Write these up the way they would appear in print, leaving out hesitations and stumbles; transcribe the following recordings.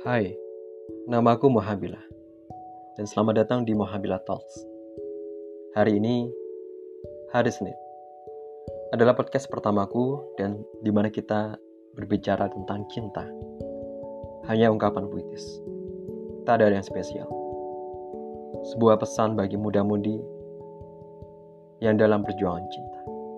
Hai, namaku Mohabila dan selamat datang di Mohabila Talks. Hari ini, hari Senin, adalah podcast pertamaku dan di mana kita berbicara tentang cinta. Hanya ungkapan puitis, tak ada yang spesial. Sebuah pesan bagi muda-mudi yang dalam perjuangan cinta.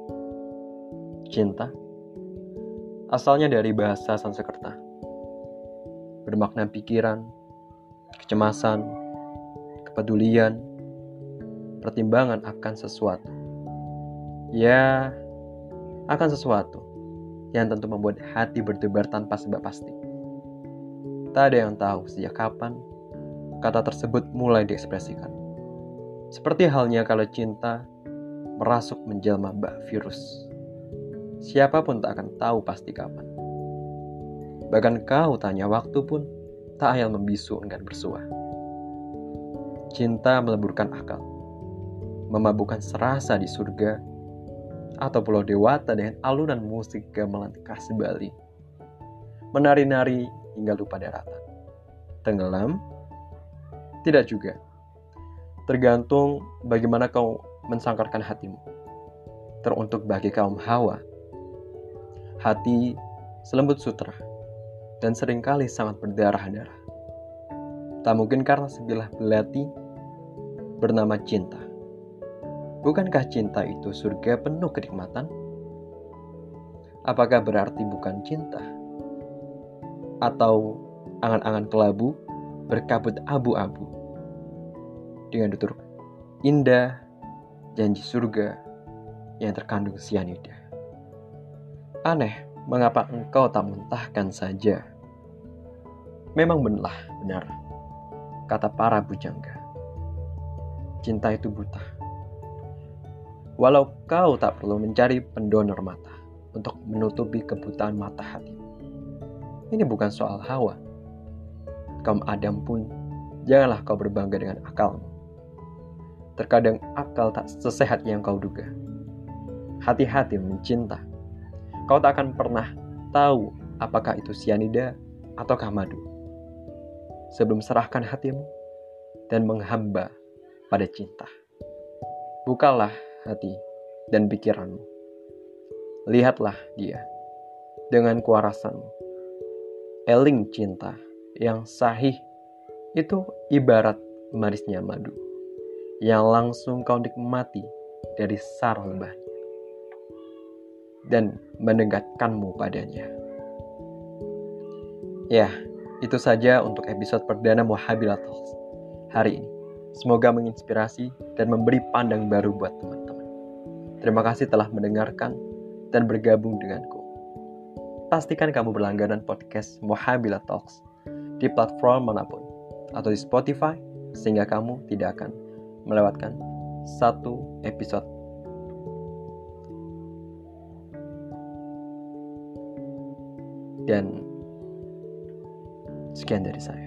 Cinta asalnya dari bahasa Sanskerta, bermakna pikiran, kecemasan, kepedulian, pertimbangan akan sesuatu. Ya, akan sesuatu yang tentu membuat hati berdebar tanpa sebab pasti. Tak ada yang tahu sejak kapan kata tersebut mulai diekspresikan. Seperti halnya kalau cinta merasuk menjelma bak virus. Siapapun tak akan tahu pasti kapan. Bahkan kau tanya waktu pun tak ayal membisu enggan bersuah. Cinta meleburkan akal, memabukkan serasa di surga, atau pulau dewata dengan alunan musik gamelan khas Bali. Menari-nari hingga lupa daratan. Tenggelam? Tidak juga. Tergantung bagaimana kau mensangkarkan hatimu. Teruntuk bagi kaum Hawa, hati selembut sutra dan seringkali sangat berdarah-darah. Tak mungkin karena sebilah belati bernama cinta. Bukankah cinta itu surga penuh kenikmatan? Apakah berarti bukan cinta? Atau angan-angan kelabu berkabut abu-abu dengan tutur indah janji surga yang terkandung sianida? Aneh, mengapa engkau tak muntahkan saja? Memang benar, kata para bujangga. Cinta itu buta. Walau kau tak perlu mencari pendonor mata untuk menutupi kebutaan mata hatimu. Ini bukan soal hawa. Kaum Adam pun, janganlah kau berbangga dengan akalmu. Terkadang akal tak sesehat yang kau duga. Hati-hati mencinta. Kau tak akan pernah tahu apakah itu sianida ataukah madu. Sebelum serahkan hatimu dan menghamba pada cinta. Bukalah hati dan pikiranmu. Lihatlah dia dengan kewarasanmu. Eling cinta yang sahih itu ibarat manisnya madu yang langsung kau nikmati dari sar lembahnya dan mendekatkanmu padanya. Ya, itu saja untuk episode perdana Mohabila Talks hari ini. Semoga menginspirasi dan memberi pandang baru buat teman-teman. Terima kasih telah mendengarkan dan bergabung denganku. Pastikan kamu berlangganan podcast Mohabila Talks di platform manapun atau di Spotify sehingga kamu tidak akan melewatkan satu episode. Dan sekian dari saya.